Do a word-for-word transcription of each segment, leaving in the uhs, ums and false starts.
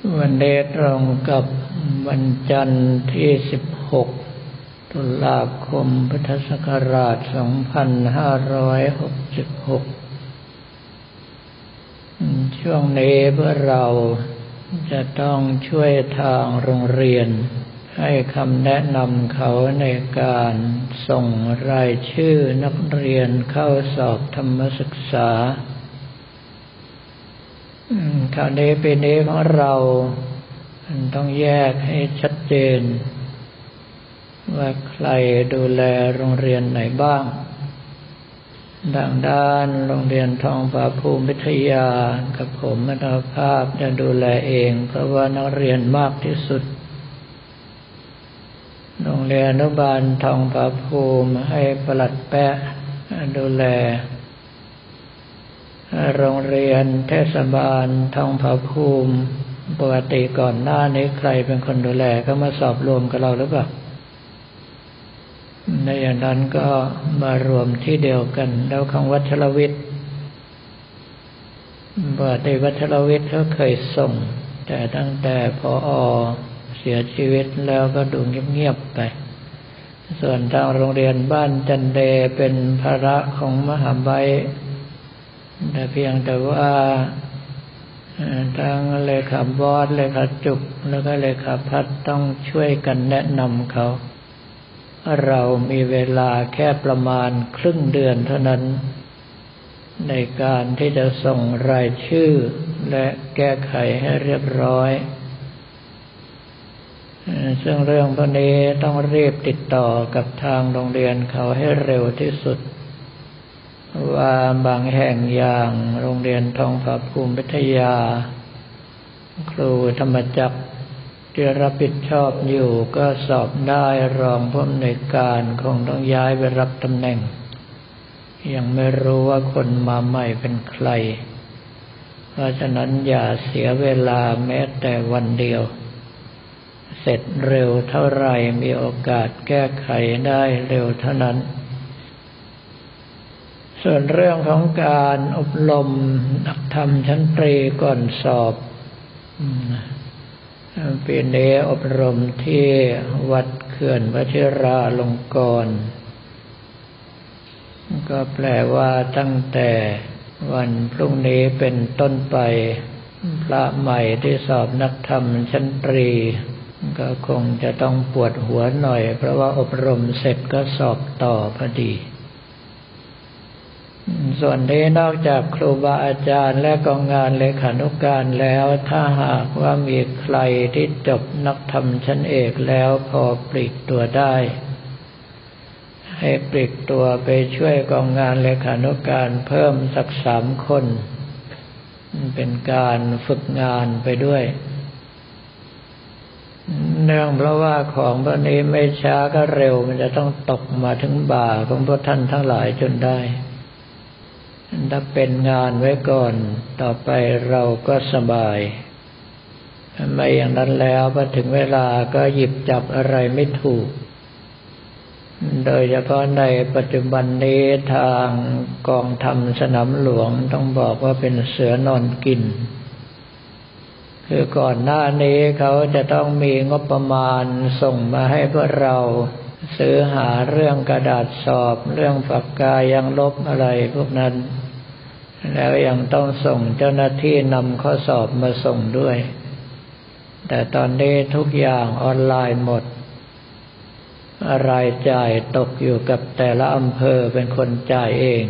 วันนี้ตรงกับวันจันทร์ที่สิบหกตุลาคมพุทธศักราชสองพันห้าร้อยหกสิบหกช่วงนี้พวกเราจะต้องช่วยทางโรงเรียนให้คำแนะนำเขาในการส่งรายชื่อนักเรียนเข้าสอบธรรมศึกษาคราวนี้ปีนี้ของเราต้องแยกให้ชัดเจนว่าใครดูแลโรงเรียนไหนบ้างดังด้านโรงเรียนทองผาภูมิวิทยากับผมอัตภาพจะดูแลเองเพราะว่านักเรียนมากที่สุดโรงเรียนอนุบาลทองผาภูมิให้ปลัดแปะดูแลโรงเรียนเทศบาลทองผาภูมิปกติก่อนหน้านี้ใครเป็นคนดูแลก็มาสอบรวมกับเราหรือเปล่าในอย่างนั้นก็มารวมที่เดียวกันแล้วของวัชรวิทย์ปกติวัชรวิทย์เขาเคยส่งแต่ตั้งแต่ผอ.เสียชีวิตแล้วก็ดูเงียบๆไปส่วนทางโรงเรียนบ้านจันเดเป็นภาระของมหาวิทยาลัยแต่เพียงแต่ว่าทางเลขาบอสเลขาจุกแล้วก็เลขาพัฒน์ต้องช่วยกันแนะนำเขาเรามีเวลาแค่ประมาณครึ่งเดือนเท่านั้นในการที่จะส่งรายชื่อและแก้ไขให้เรียบร้อยซึ่งเรื่องพวกนี้ต้องรีบติดต่อกับทางโรงเรียนเขาให้เร็วที่สุดว่าบางแห่งอย่างโรงเรียนทองผาภูมิวิทยาครูธรรมจักรที่รับผิดชอบอยู่ก็สอบได้รองผู้อำนวยการคงต้องย้ายไปรับตำแหน่งยังไม่รู้ว่าคนมาใหม่เป็นใครเพราะฉะนั้นอย่าเสียเวลาแม้แต่วันเดียวเสร็จเร็วเท่าไรมีโอกาสแก้ไขได้เร็วเท่านั้นส่วนเรื่องของการอบรมนักธรรมชั้นตรีก่อนสอบปีนี้อบรมที่วัดเขื่อนวชิราลงกรณ์ก็แปลว่าตั้งแต่วันพรุ่งนี้เป็นต้นไปพระใหม่ที่สอบนักธรรมชั้นตรีก็คงจะต้องปวดหัวหน่อยเพราะว่าอบรมเสร็จก็สอบต่อพอดีส่วนนี้นอกจากครูบาอาจารย์และกองงานเลขานุการแล้วถ้าหากว่ามีใครที่จบนักธรรมชั้นเอกแล้วพอปลีกตัวได้ให้ปลีกตัวไปช่วยกองงานเลขานุการเพิ่มสักสามคนเป็นการฝึกงานไปด้วยเนื่องเพราะว่าของพวกนี้ไม่ช้าก็เร็วมันจะต้องตกมาถึงบ่าของพวกท่านทั้งหลายจนได้ถ้าเป็นงานไว้ก่อนต่อไปเราก็สบายไม่อย่างนั้นแล้วพอถึงเวลาก็หยิบจับอะไรไม่ถูกโดยเฉพาะในปัจจุบันนี้ทางกองธรรมสนามหลวงต้องบอกว่าเป็นเสือนอนกินคือก่อนหน้านี้เขาจะต้องมีงบประมาณส่งมาให้พวกเราซื้อหาเรื่องกระดาษสอบเรื่องปากกายังลบอะไรพวกนั้นแล้วยังต้องส่งเจ้าหน้าที่นำข้อสอบมาส่งด้วยแต่ตอนนี้ทุกอย่างออนไลน์หมดรายจ่ายตกอยู่กับแต่ละอำเภอเป็นคนจ่ายเอง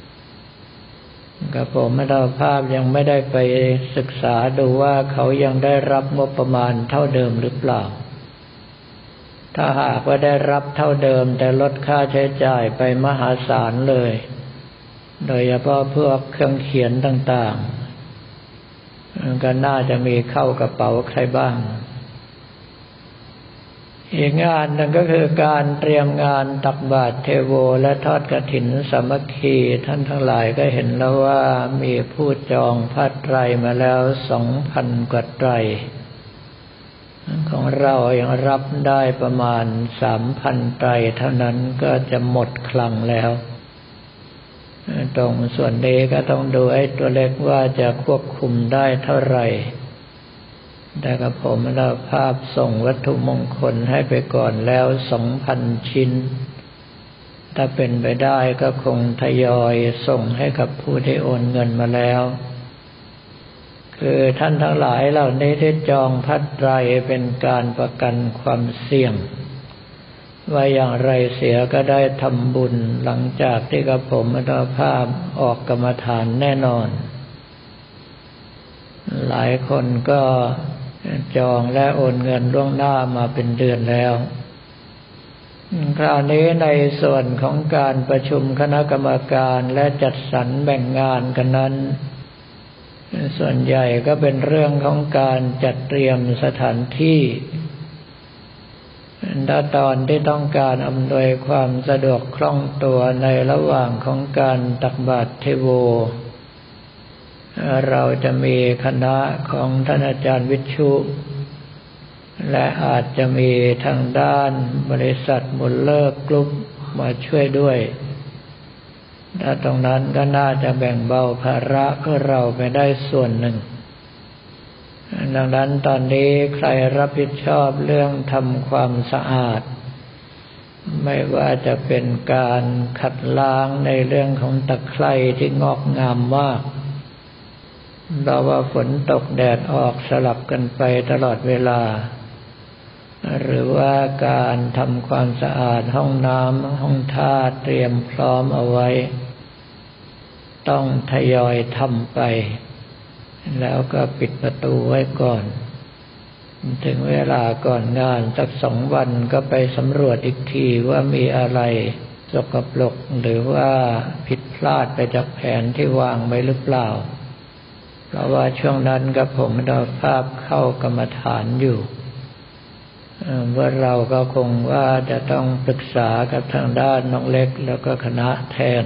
กับผมอัตภาพยังไม่ได้ไปศึกษาดูว่าเขายังได้รับงบประมาณเท่าเดิมหรือเปล่าถ้าหากว่าได้รับเท่าเดิมแต่ลดค่าใช้จ่ายไปมหาศาลเลยโดยเฉพาะพวกเครื่องเขียนต่างๆก็น่าจะมีเข้ากระเป๋าใครบ้างอีกงานหนึ่งก็คือการเตรียมงานตักบาตรเทโวและทอดกฐินสามัคคีท่านทั้งหลายก็เห็นแล้วว่ามีผู้จองผ้าไตรมาแล้ว สองพัน กว่าไตรของเรายังรับได้ประมาณ สามพัน ไตรเท่านั้นก็จะหมดคลังแล้วตรงส่วนนี้ก็ต้องดูไอ้ตัวเล็กว่าจะควบคุมได้เท่าไหร่แต่กับผมเราภาพส่งวัตถุมงคลให้ไปก่อนแล้วสองพันชิ้นถ้าเป็นไปได้ก็คงทยอยส่งให้กับผู้ที่โอนเงินมาแล้วคือท่านทั้งหลายเหล่านี้ได้จองผ้าไตรเป็นการประกันความเสี่ยงว่าอย่างไรเสียก็ได้ทำบุญหลังจากที่กับผมอัตภาพออกกรรมฐานแน่นอนหลายคนก็จองและโอนเงินล่วงหน้ามาเป็นเดือนแล้วคราวนี้ในส่วนของการประชุมคณะกรรมการและจัดสรรแบ่งงานกันนั้นส่วนใหญ่ก็เป็นเรื่องของการจัดเตรียมสถานที่ถ้าตอนที่ต้องการอำนวยความสะดวกคล่องตัวในระหว่างของการตักบาตรเทโวเราจะมีคณะของท่านอาจารย์วิชุและอาจจะมีทางด้านบริษัทบุญเลิกกรุ๊ปมาช่วยด้วยถ้าตรงนั้นก็น่าจะแบ่งเบาภาระของเราไปได้ส่วนหนึ่งดังนั้นตอนนี้ใครรับผิดชอบเรื่องทำความสะอาดไม่ว่าจะเป็นการขัดล้างในเรื่องของตะไคร่ที่งอกงามมากเราว่าฝนตกแดดออกสลับกันไปตลอดเวลาหรือว่าการทำความสะอาดห้องน้ำห้องท่าเตรียมพร้อมเอาไว้ต้องทยอยทำไปแล้วก็ปิดประตูไว้ก่อนถึงเวลาก่อนงานสักสองวันก็ไปสำรวจอีกทีว่ามีอะไรสกปรกหรือว่าผิดพลาดไปจากแผนที่วางไว้หรือเปล่าเพราะว่าช่วงนั้นกับผมเราภาพเข้ากรรมฐานอยู่ว่าเราก็คงว่าจะต้องปรึกษากับทางด้านน้องเล็กแล้วก็คณะแทน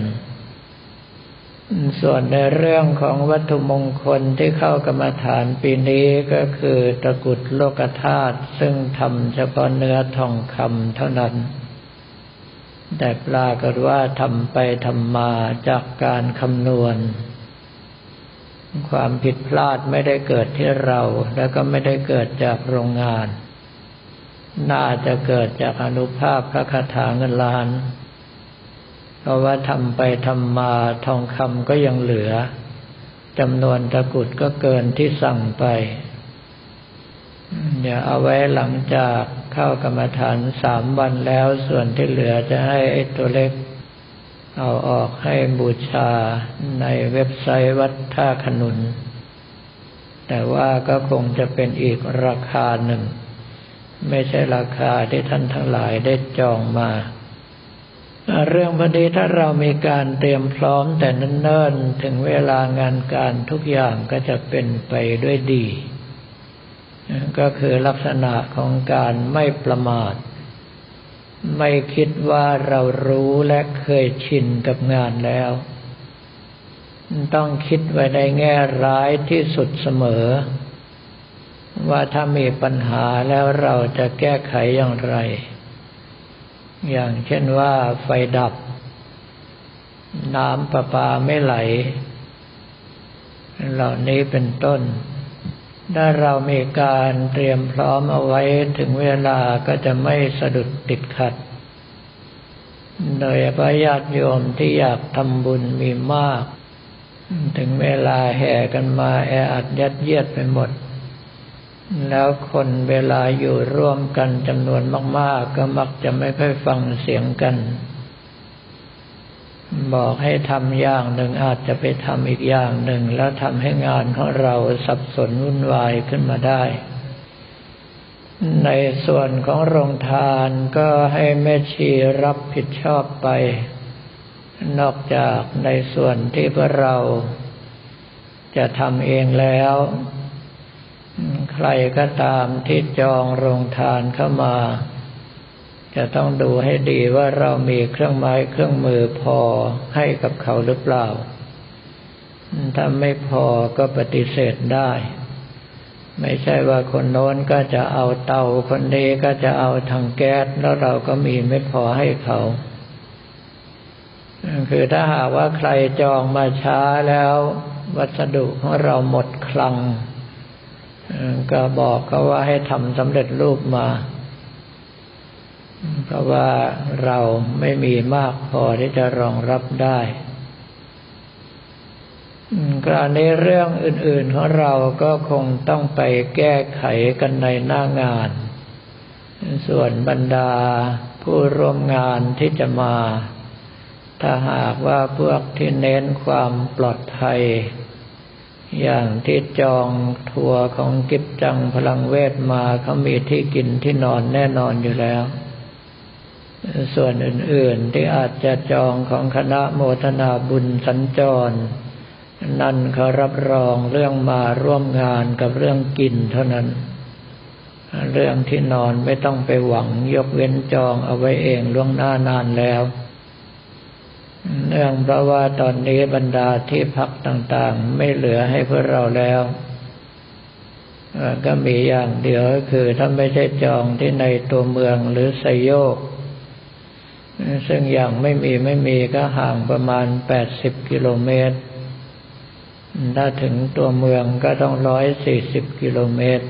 ส่วนในเรื่องของวัตถุมงคลที่เข้ากรรมฐานปีนี้ก็คือตะกรุดโลกธาตุซึ่งทำเฉพาะเนื้อทองคำเท่านั้นแต่ปรากฏว่าทำไปทำมาจากการคำนวณความผิดพลาดไม่ได้เกิดที่เราแล้วก็ไม่ได้เกิดจากโรงงานน่าจะเกิดจากอานุภาพพระคาถาเงินล้านเพราะว่าทำไปทำมาทองคำก็ยังเหลือจำนวนตะกรุดก็เกินที่สั่งไปเดี๋ยวเอาไว้หลังจากเข้ากรรมฐานสามวันแล้วส่วนที่เหลือจะให้ไอ้ตัวเล็กเอาออกให้บูชาในเว็บไซต์วัดท่าขนุนแต่ว่าก็คงจะเป็นอีกราคาหนึ่งไม่ใช่ราคาที่ท่านทั้งหลายได้จองมาเรื่องพอดีถ้าเรามีการเตรียมพร้อมแต่เนิ่นๆถึงเวลางานการทุกอย่างก็จะเป็นไปด้วยดีก็คือลักษณะของการไม่ประมาทไม่คิดว่าเรารู้และเคยชินกับงานแล้วต้องคิดไว้ในแง่ร้ายที่สุดเสมอว่าถ้ามีปัญหาแล้วเราจะแก้ไขอย่างไรอย่างเช่นว่าไฟดับน้ำประปาไม่ไหลเหล่านี้เป็นต้นถ้าเรามีการเตรียมพร้อมเอาไว้ถึงเวลาก็จะไม่สะดุดติดขัดโดยพระญาติโยมที่อยากทำบุญมีมากถึงเวลาแห่กันมาแออัดยัดเยียดไปหมดแล้วคนเวลาอยู่ร่วมกันจำนวนมากๆก็มักจะไม่ค่อยฟังเสียงกันบอกให้ทำอย่างหนึ่งอาจจะไปทำอีกอย่างหนึ่งแล้วทำให้งานของเราสับสนวุ่นวายขึ้นมาได้ในส่วนของโรงทานก็ให้แม่ชีรับผิดชอบไปนอกจากในส่วนที่พวกเราจะทำเองแล้วใครก็ตามที่จองโรงทานเข้ามาจะต้องดูให้ดีว่าเรามีเครื่องไม้เครื่องมือพอให้กับเขาหรือเปล่าถ้าไม่พอก็ปฏิเสธได้ไม่ใช่ว่าคนโน้นก็จะเอาเตาคนนี้ก็จะเอาถังแก๊สแล้วเราก็มีไม่พอให้เขาคือถ้าหากว่าใครจองมาช้าแล้ววัสดุของเราหมดคลังก็บอกเขาว่าให้ทำสำเร็จรูปมาเพราะว่าเราไม่มีมากพอที่จะรองรับได้กรณีเรื่องอื่นๆของเราก็คงต้องไปแก้ไขกันในหน้างานส่วนบรรดาผู้ร่วมงานที่จะมาถ้าหากว่าพวกที่เน้นความปลอดภัยอย่างที่จองทัวร์ของกิจจังพลังเวทมาเขามีที่กินที่นอนแน่นอนอยู่แล้วส่วนอื่นๆที่อาจจะจองของคณะโมทนาบุญสัญจรนั่นเขารับรองเรื่องมาร่วมงานกับเรื่องกินเท่านั้นเรื่องที่นอนไม่ต้องไปหวังยกเว้นจองเอาไว้เองล่วงหน้านานแล้วเนื่องเพราะว่าตอนนี้บรรดาที่พักต่างๆไม่เหลือให้พวกเราแล้วก็มีอย่างเดียวก็คือถ้าไม่ใช่จองที่ในตัวเมืองหรือไซโยกซึ่งอย่างไม่มีไม่มีก็ห่างประมาณแปดสิบกิโลเมตรถ้าถึงตัวเมืองก็ต้องหนึ่งร้อยสี่สิบกิโลเมตร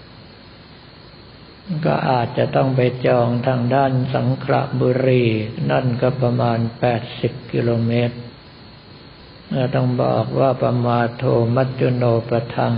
ก็อาจจะต้องไปจองทางด้านสังขละบุรีนั่นก็ประมาณแปดสิบกิโลเมตรต้องบอกว่าปมาโทมัจจุโนปทัง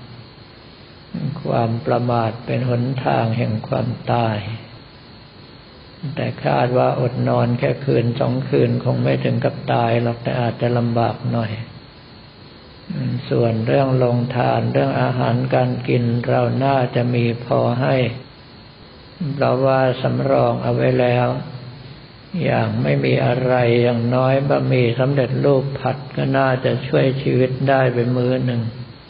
ความประมาทเป็นหนทางแห่งความตายแต่คาดว่าอดนอนแค่คืนสองคืนคงไม่ถึงกับตายหรอกแต่อาจจะลำบากหน่อยส่วนเรื่องลงทานเรื่องอาหารการกินเราน่าจะมีพอให้เพราะว่าสำรองเอาไว้แล้วอย่างไม่มีอะไรอย่างน้อยบะหมี่สำเร็จรูปผัดก็น่าจะช่วยชีวิตได้ไปมื้อหนึ่ง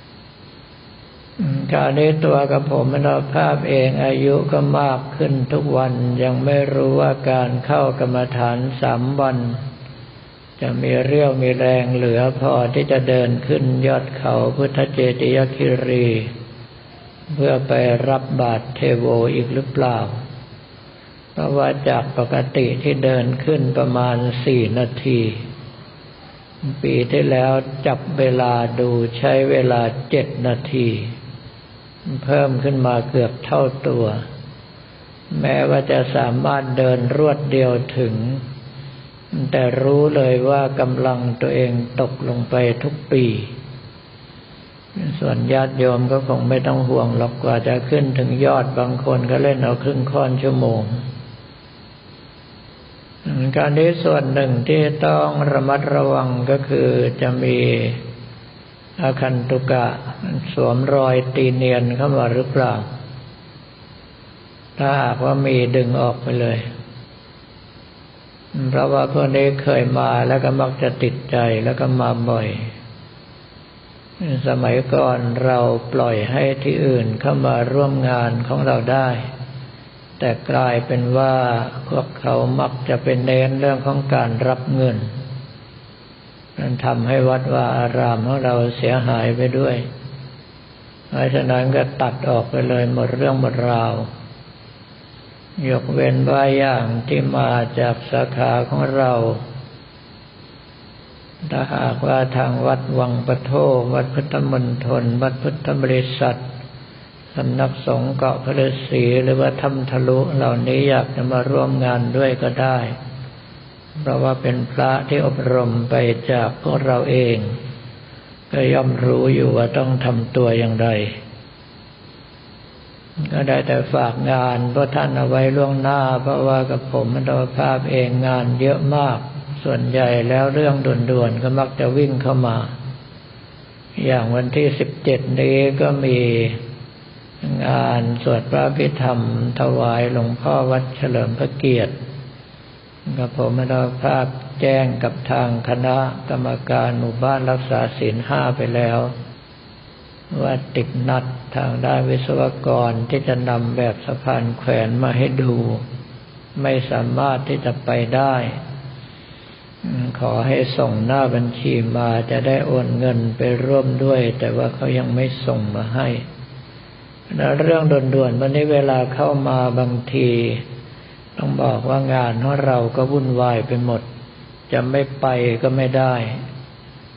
คราวนี้ตัวกับผมมโนภาพเองอายุก็มากขึ้นทุกวันยังไม่รู้ว่าการเข้ากรรมฐานสามวันจะมีเรี่ยวมีแรงเหลือพอที่จะเดินขึ้นยอดเขาพุทธเจติยคิรีเพื่อไปรับบาตรเทโวอีกหรือเปล่าเพราะว่าจากปกติที่เดินขึ้นประมาณสี่นาทีปีที่แล้วจับเวลาดูใช้เวลาเจ็ดนาทีเพิ่มขึ้นมาเกือบเท่าตัวแม้ว่าจะสามารถเดินรวดเดียวถึงแต่รู้เลยว่ากำลังตัวเองตกลงไปทุกปีส่วนญาติโยมก็คงไม่ต้องห่วงหรอกกว่าจะขึ้นถึงยอดบางคนก็เล่นเอาครึ่งค่อนชั่วโมงการนี้ส่วนหนึ่งที่ต้องระมัดระวังก็คือจะมีอาคันตุกะสวมรอยตีเนียนเข้ามาหรือเปล่าถ้าหากว่ามีดึงออกไปเลยเพราะว่าพวกนี้เคยมาแล้วก็มักจะติดใจแล้วก็มาบ่อยสมัยก่อนเราปล่อยให้ที่อื่นเข้ามาร่วมงานของเราได้แต่กลายเป็นว่าพวกเขามักจะเป็นเน้นเรื่องของการรับเงินนั่นทำให้วัดว่าอารามของเราเสียหายไปด้วยเพราะฉะนั้นก็ตัดออกไปเลยหมดเรื่องหมดราวยกเว้นว่าอย่างที่มาจากสาขาของเราถ้าหากว่าทางวัดวังปะโทวัดพุทธมณฑลวัดพุทธบริษัทสำนักสงฆ์เกาะพระฤาษีหรือว่าถ้ำทะลุเหล่านี้อยากจะมาร่วมงานด้วยก็ได้เพราะว่าเป็นพระที่อบรมไปจากพวกเราเองก็ย่อมรู้อยู่ว่าต้องทำตัวอย่างไรก็ได้แต่ฝากงานพวกท่านเอาไว้ล่วงหน้าเพราะว่ากับผมมโนภาพเองงานเยอะมากส่วนใหญ่แล้วเรื่องด่วนๆก็มักจะวิ่งเข้ามาอย่างวันที่สิบเจ็ดนี้ก็มีงานสวดพระอภิธรรมถวายหลวงพ่อวัดเฉลิมพระเกียรติกับผมมโนภาพแจ้งกับทางคณะกรรมการหมู่บ้านรักษาศีลห้าไปแล้วว่าติดนัดทางด้านวิศวกรที่จะนำแบบสะพานแขวนมาให้ดูไม่สามารถที่จะไปได้ขอให้ส่งหน้าบัญชีมาจะได้โอนเงินไปร่วมด้วยแต่ว่าเขายังไม่ส่งมาให้แล้วเรื่องด่วนๆวันนี้เวลาเข้ามาบางทีต้องบอกว่างานของเราก็วุ่นวายไปหมดจะไม่ไปก็ไม่ได้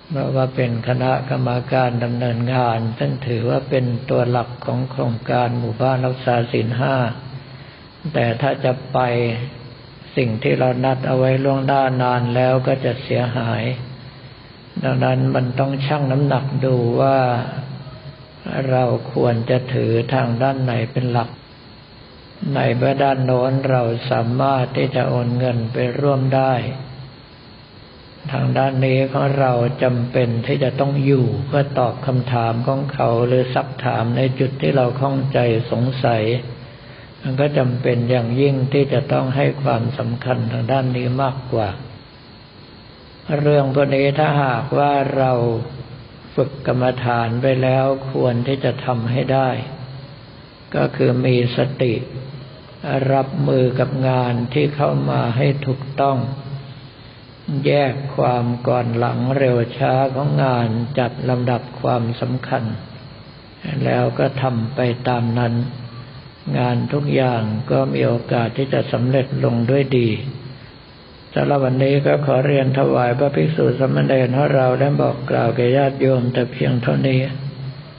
เพราะว่าเป็นคณะกรรมการดำเนินงานซึ่งถือว่าเป็นตัวหลักของโครงการหมู่บ้านรักษาศีลห้าแต่ถ้าจะไปสิ่งที่เรานัดเอาไว้ล่วงหน้านานแล้วก็จะเสียหายดังนั้นมันต้องชั่งน้ำหนักดูว่าเราควรจะถือทางด้านไหนเป็นหลักในเมื่อด้านโน้นเราสามารถที่จะโอนเงินไปร่วมได้ทางด้านนี้ของเราจำเป็นที่จะต้องอยู่เพื่อตอบคำถามของเขาหรือซักถามในจุดที่เราข้องใจสงสัยมันก็จำเป็นอย่างยิ่งที่จะต้องให้ความสำคัญทางด้านนี้มากกว่าเรื่องพวกนี้ถ้าหากว่าเราฝึกกรรมฐานไปแล้วควรที่จะทำให้ได้ก็คือมีสติรับมือกับงานที่เข้ามาให้ถูกต้องแยกความก่อนหลังเร็วช้าของงานจัดลำดับความสำคัญแล้วก็ทำไปตามนั้นงานทุกอย่างก็มีโอกาสที่จะสำเร็จลงด้วยดีสำหรับวันนี้ก็ขอเรียนถวายพระภิกษุสามเณรของเราได้บอกกล่าวแก่ญาติโยมแต่เพียงเท่านี้